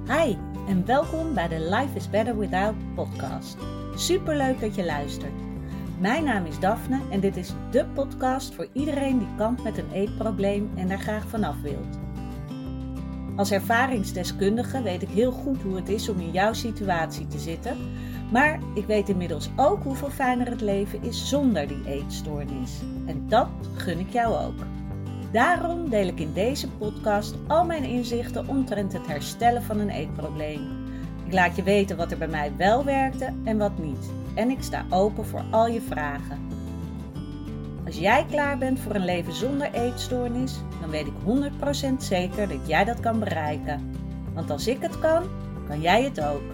Hi en welkom bij de Life is Better Without podcast. Superleuk dat je luistert. Mijn naam is Daphne en dit is dé podcast voor iedereen die kampt met een eetprobleem en daar graag vanaf wilt. Als ervaringsdeskundige weet ik heel goed hoe het is om in jouw situatie te zitten, maar ik weet inmiddels ook hoeveel fijner het leven is zonder die eetstoornis. En dat gun ik jou ook. Daarom deel ik in deze podcast al mijn inzichten omtrent het herstellen van een eetprobleem. Ik laat je weten wat er bij mij wel werkte en wat niet. En ik sta open voor al je vragen. Als jij klaar bent voor een leven zonder eetstoornis, dan weet ik 100% zeker dat jij dat kan bereiken. Want als ik het kan, kan jij het ook.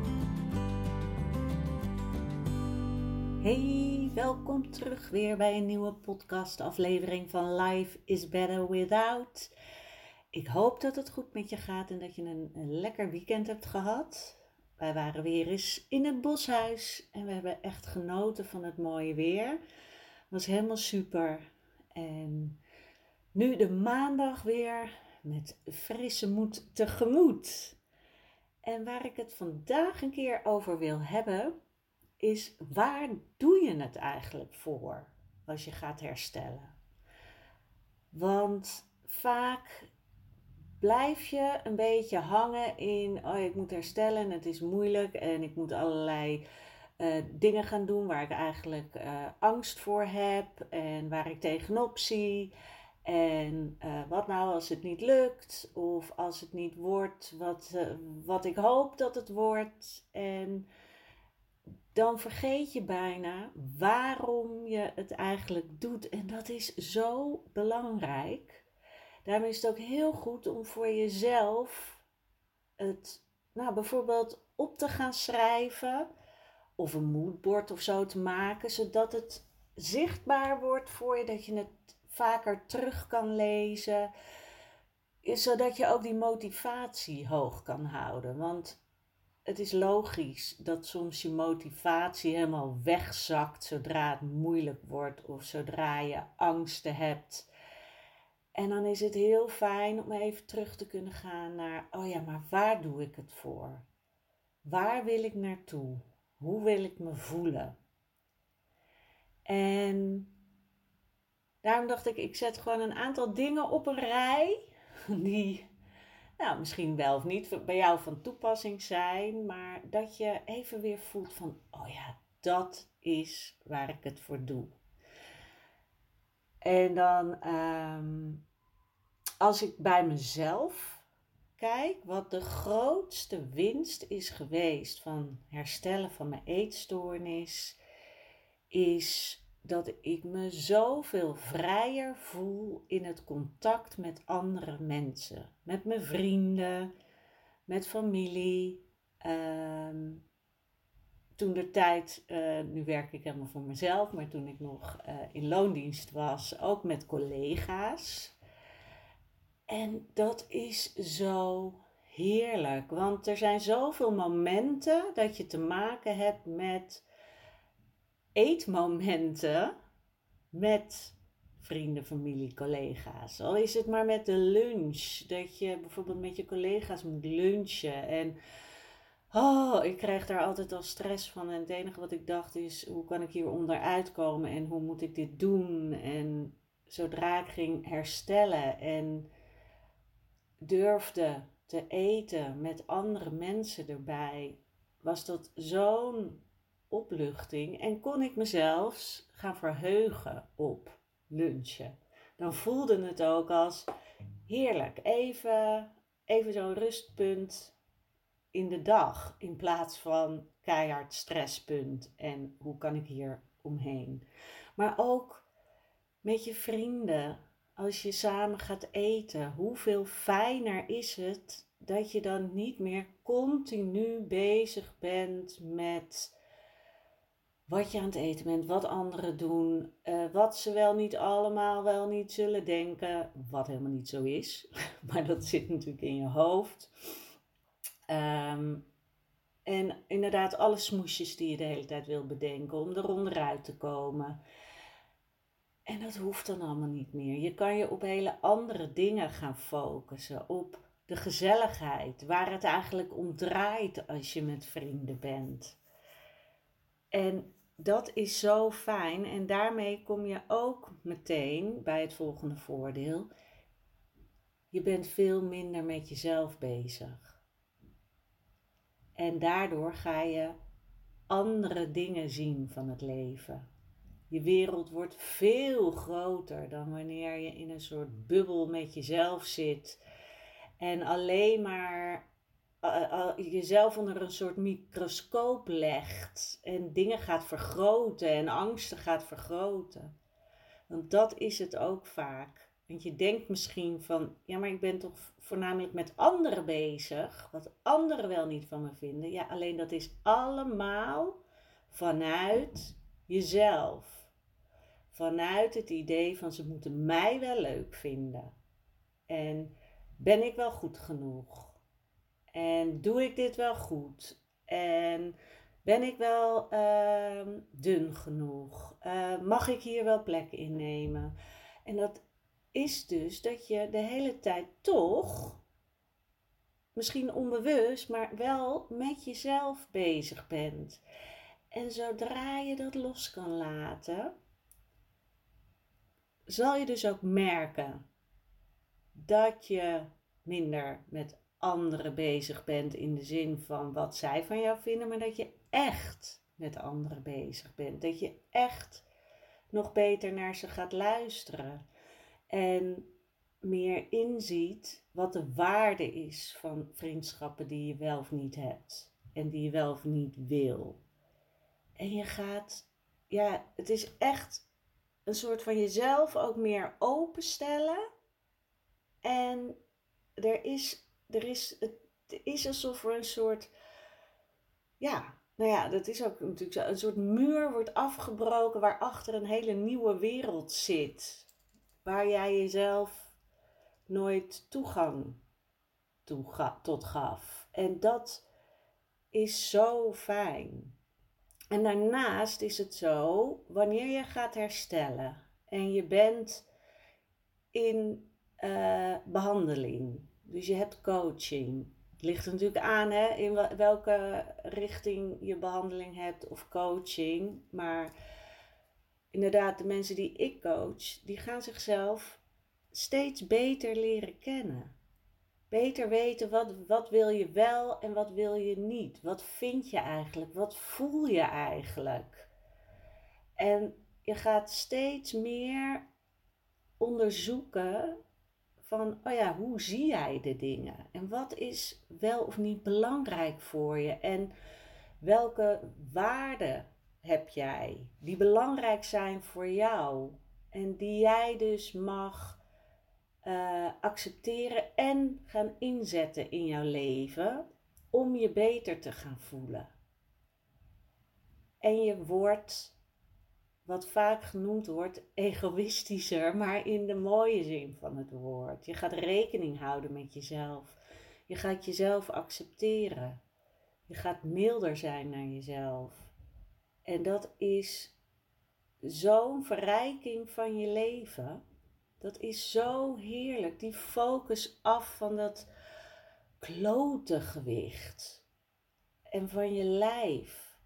Hey, welkom terug weer bij een nieuwe podcastaflevering van Life is Better Without. Ik hoop dat het goed met je gaat en dat je een lekker weekend hebt gehad. Wij waren weer eens in het boshuis en we hebben echt genoten van het mooie weer. Het was helemaal super. En nu de maandag weer met frisse moed tegemoet. En waar ik het vandaag een keer over wil hebben, is waar doe je het eigenlijk voor als je gaat herstellen? Want vaak blijf je een beetje hangen in, ik moet herstellen en het is moeilijk en ik moet allerlei dingen gaan doen waar ik eigenlijk angst voor heb en waar ik tegenop zie. En wat nou als het niet lukt of als het niet wordt wat ik hoop dat het wordt. En dan vergeet je bijna waarom je het eigenlijk doet. En dat is zo belangrijk. Daarom is het ook heel goed om voor jezelf het bijvoorbeeld op te gaan schrijven of een moodboard of zo te maken, zodat het zichtbaar wordt voor je, dat je het vaker terug kan lezen, zodat je ook die motivatie hoog kan houden. Want het is logisch dat soms je motivatie helemaal wegzakt zodra het moeilijk wordt of zodra je angsten hebt. En dan is het heel fijn om even terug te kunnen gaan naar, maar waar doe ik het voor? Waar wil ik naartoe? Hoe wil ik me voelen? En daarom dacht ik zet gewoon een aantal dingen op een rij die misschien wel of niet bij jou van toepassing zijn, maar dat je even weer voelt van, dat is waar ik het voor doe. En dan, als ik bij mezelf kijk, wat de grootste winst is geweest van herstellen van mijn eetstoornis, is dat ik me zoveel vrijer voel in het contact met andere mensen. Met mijn vrienden, met familie. Toen de tijd, nu werk ik helemaal voor mezelf, maar toen ik nog in loondienst was, ook met collega's. En dat is zo heerlijk, want er zijn zoveel momenten dat je te maken hebt met eetmomenten met vrienden, familie, collega's. Al is het maar met de lunch, dat je bijvoorbeeld met je collega's moet lunchen. En ik krijg daar altijd al stress van. En het enige wat ik dacht is, hoe kan ik hier onderuit komen en hoe moet ik dit doen? En zodra ik ging herstellen en durfde te eten met andere mensen erbij, was dat zo'n opluchting en kon ik mezelf gaan verheugen op lunchen. Dan voelde het ook als heerlijk, even zo'n rustpunt in de dag in plaats van keihard stresspunt en hoe kan ik hier omheen. Maar ook met je vrienden, als je samen gaat eten, hoeveel fijner is het dat je dan niet meer continu bezig bent met wat je aan het eten bent, wat anderen doen, wat ze wel niet zullen denken, wat helemaal niet zo is, maar dat zit natuurlijk in je hoofd. En inderdaad alle smoesjes die je de hele tijd wil bedenken om er onderuit te komen. En dat hoeft dan allemaal niet meer. Je kan je op hele andere dingen gaan focussen, op de gezelligheid, waar het eigenlijk om draait als je met vrienden bent. En dat is zo fijn en daarmee kom je ook meteen bij het volgende voordeel. Je bent veel minder met jezelf bezig. En daardoor ga je andere dingen zien van het leven. Je wereld wordt veel groter dan wanneer je in een soort bubbel met jezelf zit. En alleen maar jezelf onder een soort microscoop legt. En dingen gaat vergroten en angsten gaat vergroten. Want dat is het ook vaak. Want je denkt misschien van, ja, maar ik ben toch voornamelijk met anderen bezig. Wat anderen wel niet van me vinden. Ja, alleen dat is allemaal vanuit jezelf. Vanuit het idee van ze moeten mij wel leuk vinden. En ben ik wel goed genoeg? En doe ik dit wel goed? En ben ik wel dun genoeg? Mag ik hier wel plek innemen? En dat is dus dat je de hele tijd toch, misschien onbewust, maar wel met jezelf bezig bent. En zodra je dat los kan laten, zal je dus ook merken dat je minder met anderen bezig bent in de zin van wat zij van jou vinden, maar dat je echt met anderen bezig bent. Dat je echt nog beter naar ze gaat luisteren en meer inziet wat de waarde is van vriendschappen die je wel of niet hebt en die je wel of niet wil. En je gaat, ja, het is echt een soort van jezelf ook meer openstellen. En het is alsof er een soort, ja, nou ja, dat is ook natuurlijk zo, een soort muur wordt afgebroken waarachter een hele nieuwe wereld zit. Waar jij jezelf nooit toegang tot gaf. En dat is zo fijn. En daarnaast is het zo, wanneer je gaat herstellen en je bent in behandeling, dus je hebt coaching. Het ligt er natuurlijk aan in welke richting je behandeling hebt of coaching. Maar inderdaad, de mensen die ik coach, die gaan zichzelf steeds beter leren kennen. Beter weten wat wil je wel en wat wil je niet. Wat vind je eigenlijk? Wat voel je eigenlijk? En je gaat steeds meer onderzoeken van, oh ja, hoe zie jij de dingen? En wat is wel of niet belangrijk voor je? En welke waarden heb jij die belangrijk zijn voor jou? En die jij dus mag accepteren en gaan inzetten in jouw leven om je beter te gaan voelen. En je wordt, wat vaak genoemd wordt, egoïstischer, maar in de mooie zin van het woord. Je gaat rekening houden met jezelf. Je gaat jezelf accepteren. Je gaat milder zijn naar jezelf. En dat is zo'n verrijking van je leven. Dat is zo heerlijk. Die focus af van dat klote gewicht. En van je lijf.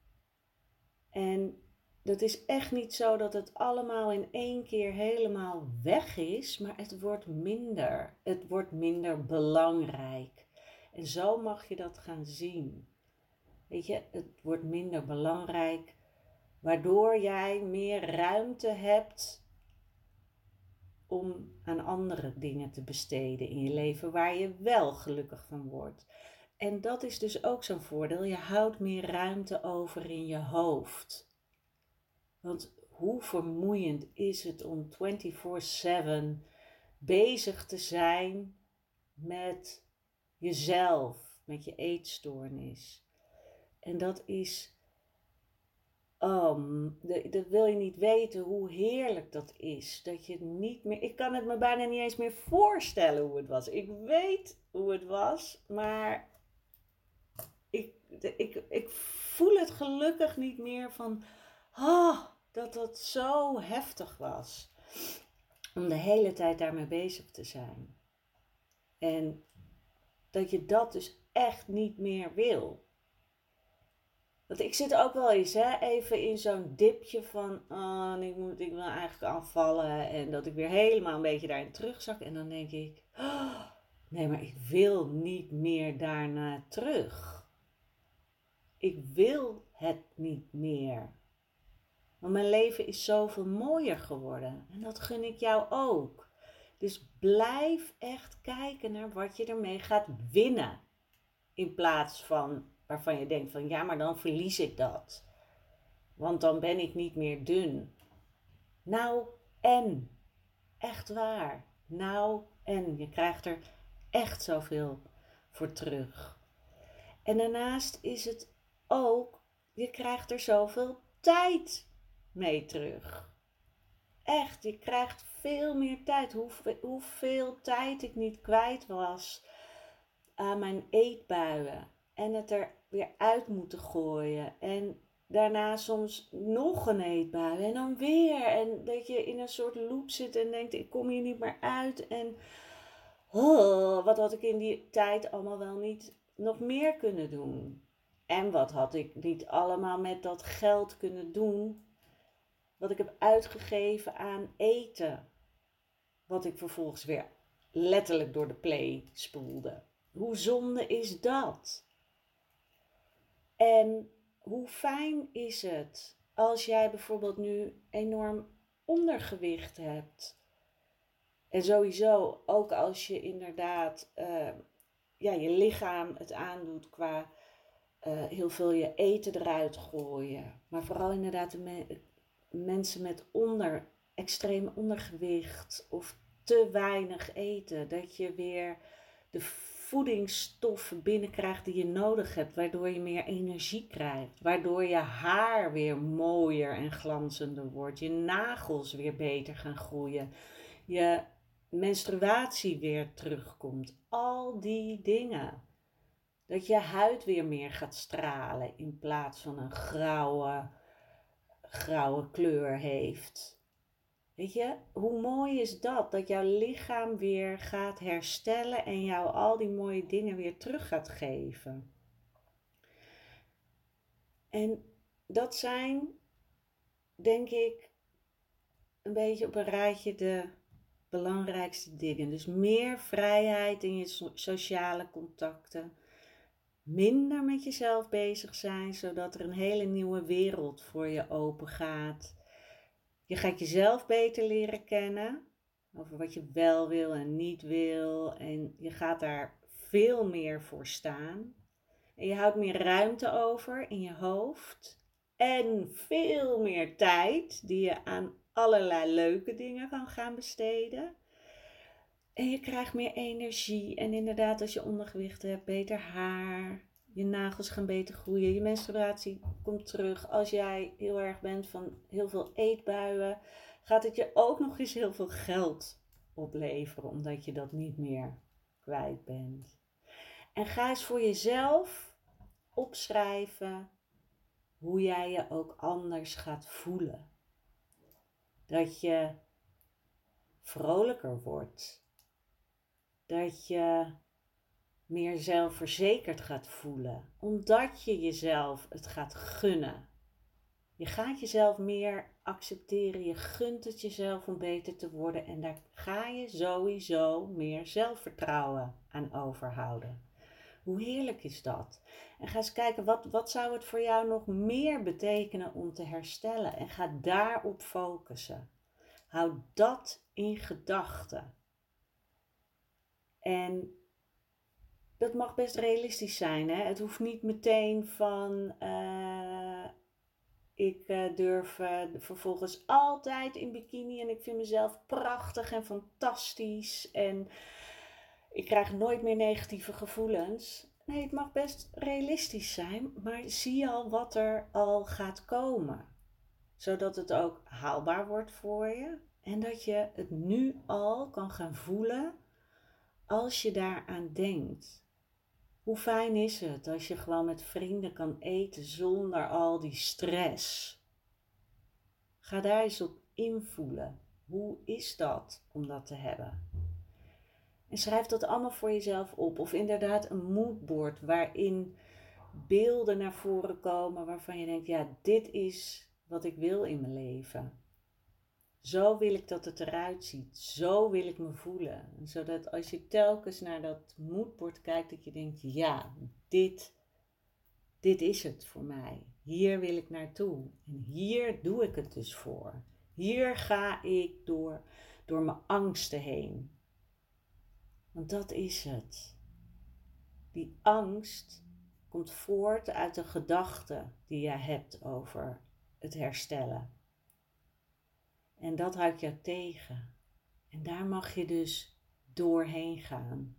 En dat is echt niet zo dat het allemaal in één keer helemaal weg is, maar het wordt minder. Het wordt minder belangrijk. En zo mag je dat gaan zien. Weet je, het wordt minder belangrijk, waardoor jij meer ruimte hebt om aan andere dingen te besteden in je leven waar je wel gelukkig van wordt. En dat is dus ook zo'n voordeel. Je houdt meer ruimte over in je hoofd. Want hoe vermoeiend is het om 24/7 bezig te zijn met jezelf, met je eetstoornis. En dat is, dat wil je niet weten hoe heerlijk dat is. Dat je niet meer, ik kan het me bijna niet eens meer voorstellen hoe het was. Ik weet hoe het was, maar ik voel het gelukkig niet meer van, dat zo heftig was. Om de hele tijd daarmee bezig te zijn. En dat je dat dus echt niet meer wil. Want ik zit ook wel eens even in zo'n dipje van, ik wil eigenlijk afvallen. En dat ik weer helemaal een beetje daarin terugzak. En dan denk ik, nee, maar ik wil niet meer daarna terug. Ik wil het niet meer. Want mijn leven is zoveel mooier geworden. En dat gun ik jou ook. Dus blijf echt kijken naar wat je ermee gaat winnen. In plaats van waarvan je denkt van ja, maar dan verlies ik dat. Want dan ben ik niet meer dun. Nou en. Echt waar. Nou en. Je krijgt er echt zoveel voor terug. En daarnaast is het ook, je krijgt er zoveel tijd mee terug. Echt, je krijgt veel meer tijd. Hoeveel tijd ik niet kwijt was aan mijn eetbuien. En het er weer uit moeten gooien. En daarna soms nog een eetbui. En dan weer. En dat je in een soort loop zit en denkt, ik kom hier niet meer uit. En wat had ik in die tijd allemaal wel niet nog meer kunnen doen? En wat had ik niet allemaal met dat geld kunnen doen? Wat ik heb uitgegeven aan eten. Wat ik vervolgens weer letterlijk door de play spoelde. Hoe zonde is dat? En hoe fijn is het als jij bijvoorbeeld nu enorm ondergewicht hebt. En sowieso ook als je inderdaad je lichaam het aandoet qua heel veel je eten eruit gooien. Maar vooral inderdaad de mensen met extreem ondergewicht of te weinig eten. Dat je weer de voedingsstoffen binnenkrijgt die je nodig hebt. Waardoor je meer energie krijgt. Waardoor je haar weer mooier en glanzender wordt. Je nagels weer beter gaan groeien. Je menstruatie weer terugkomt. Al die dingen. Dat je huid weer meer gaat stralen in plaats van een grauwe kleur heeft. Weet je, hoe mooi is dat? Dat jouw lichaam weer gaat herstellen en jou al die mooie dingen weer terug gaat geven. En dat zijn, denk ik, een beetje op een rijtje de belangrijkste dingen. Dus meer vrijheid in je sociale contacten. Minder met jezelf bezig zijn, zodat er een hele nieuwe wereld voor je open gaat. Je gaat jezelf beter leren kennen, over wat je wel wil en niet wil. En je gaat daar veel meer voor staan. En je houdt meer ruimte over in je hoofd. En veel meer tijd die je aan allerlei leuke dingen kan gaan besteden. En je krijgt meer energie. En inderdaad, als je ondergewicht hebt, beter haar. Je nagels gaan beter groeien. Je menstruatie komt terug. Als jij heel erg bent van heel veel eetbuien, gaat het je ook nog eens heel veel geld opleveren. Omdat je dat niet meer kwijt bent. En ga eens voor jezelf opschrijven hoe jij je ook anders gaat voelen. Dat je vrolijker wordt. Dat je meer zelfverzekerd gaat voelen. Omdat je jezelf het gaat gunnen. Je gaat jezelf meer accepteren. Je gunt het jezelf om beter te worden. En daar ga je sowieso meer zelfvertrouwen aan overhouden. Hoe heerlijk is dat? En ga eens kijken, wat zou het voor jou nog meer betekenen om te herstellen? En ga daarop focussen. Hou dat in gedachten. En dat mag best realistisch zijn. Hè? Het hoeft niet meteen van ik durf vervolgens altijd in bikini en ik vind mezelf prachtig en fantastisch en ik krijg nooit meer negatieve gevoelens. Nee, het mag best realistisch zijn, maar zie al wat er al gaat komen. Zodat het ook haalbaar wordt voor je en dat je het nu al kan gaan voelen als je daaraan denkt. Hoe fijn is het als je gewoon met vrienden kan eten zonder al die stress? Ga daar eens op invoelen. Hoe is dat om dat te hebben? En schrijf dat allemaal voor jezelf op. Of inderdaad een moodboard waarin beelden naar voren komen waarvan je denkt, ja, dit is wat ik wil in mijn leven. Zo wil ik dat het eruit ziet. Zo wil ik me voelen. Zodat als je telkens naar dat moodboard kijkt, dat je denkt, ja, dit is het voor mij. Hier wil ik naartoe. En hier doe ik het dus voor. Hier ga ik door mijn angsten heen. Want dat is het. Die angst komt voort uit de gedachte die je hebt over het herstellen. En dat houdt jou tegen. En daar mag je dus doorheen gaan.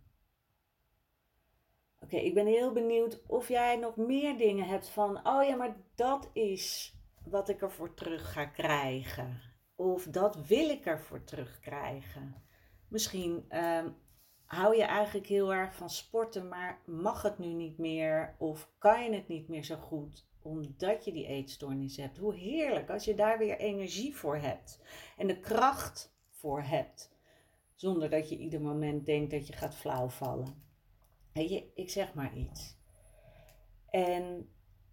Oké, ik ben heel benieuwd of jij nog meer dingen hebt van, oh ja, maar dat is wat ik ervoor terug ga krijgen. Of dat wil ik ervoor terugkrijgen. Misschien hou je eigenlijk heel erg van sporten, maar mag het nu niet meer? Of kan je het niet meer zo goed, omdat je die eetstoornis hebt? Hoe heerlijk als je daar weer energie voor hebt. En de kracht voor hebt. Zonder dat je ieder moment denkt dat je gaat flauwvallen. Weet je, ik zeg maar iets. En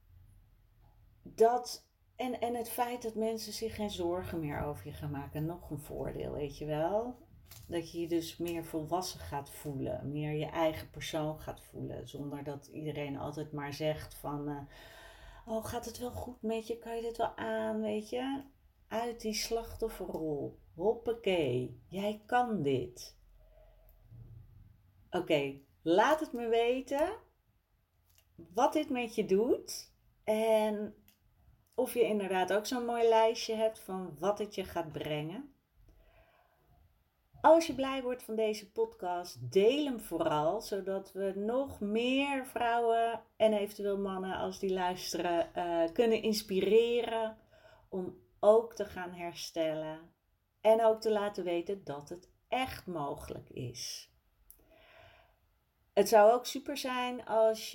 het feit dat mensen zich geen zorgen meer over je gaan maken, nog een voordeel, weet je wel. Dat je je dus meer volwassen gaat voelen, meer je eigen persoon gaat voelen. Zonder dat iedereen altijd maar zegt van, oh, gaat het wel goed met je, kan je dit wel aan, weet je. Uit die slachtofferrol, hoppakee, jij kan dit. Oké, laat het me weten wat dit met je doet en of je inderdaad ook zo'n mooi lijstje hebt van wat het je gaat brengen. Als je blij wordt van deze podcast, deel hem vooral, zodat we nog meer vrouwen en eventueel mannen als die luisteren kunnen inspireren om ook te gaan herstellen en ook te laten weten dat het echt mogelijk is. Het zou ook super zijn als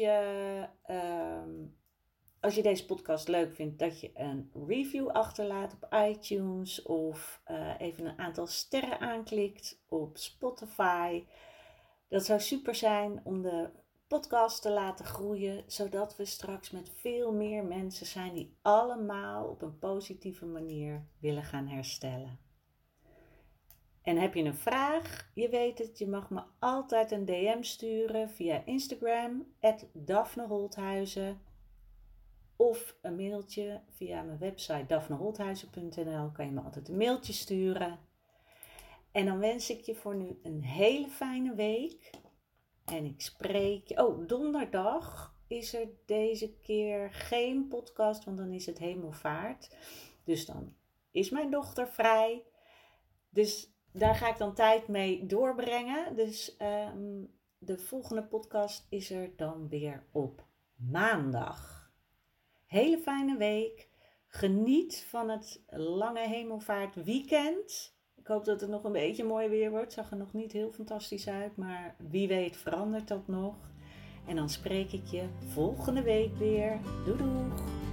je deze podcast leuk vindt, dat je een review achterlaat op iTunes of even een aantal sterren aanklikt op Spotify. Dat zou super zijn om de podcast te laten groeien, zodat we straks met veel meer mensen zijn die allemaal op een positieve manier willen gaan herstellen. En heb je een vraag? Je weet het, je mag me altijd een DM sturen via Instagram @daphneholthuizen of een mailtje via mijn website daphneholthuizen.nl. Kan je me altijd een mailtje sturen. En dan wens ik je voor nu een hele fijne week. En ik spreek je... Oh, donderdag is er deze keer geen podcast, want dan is het hemelvaart. Dus dan is mijn dochter vrij. Dus daar ga ik dan tijd mee doorbrengen. Dus de volgende podcast is er dan weer op maandag. Hele fijne week. Geniet van het lange hemelvaartweekend. Ik hoop dat het nog een beetje mooi weer wordt. Het zag er nog niet heel fantastisch uit, maar wie weet verandert dat nog. En dan spreek ik je volgende week weer. Doei doeg!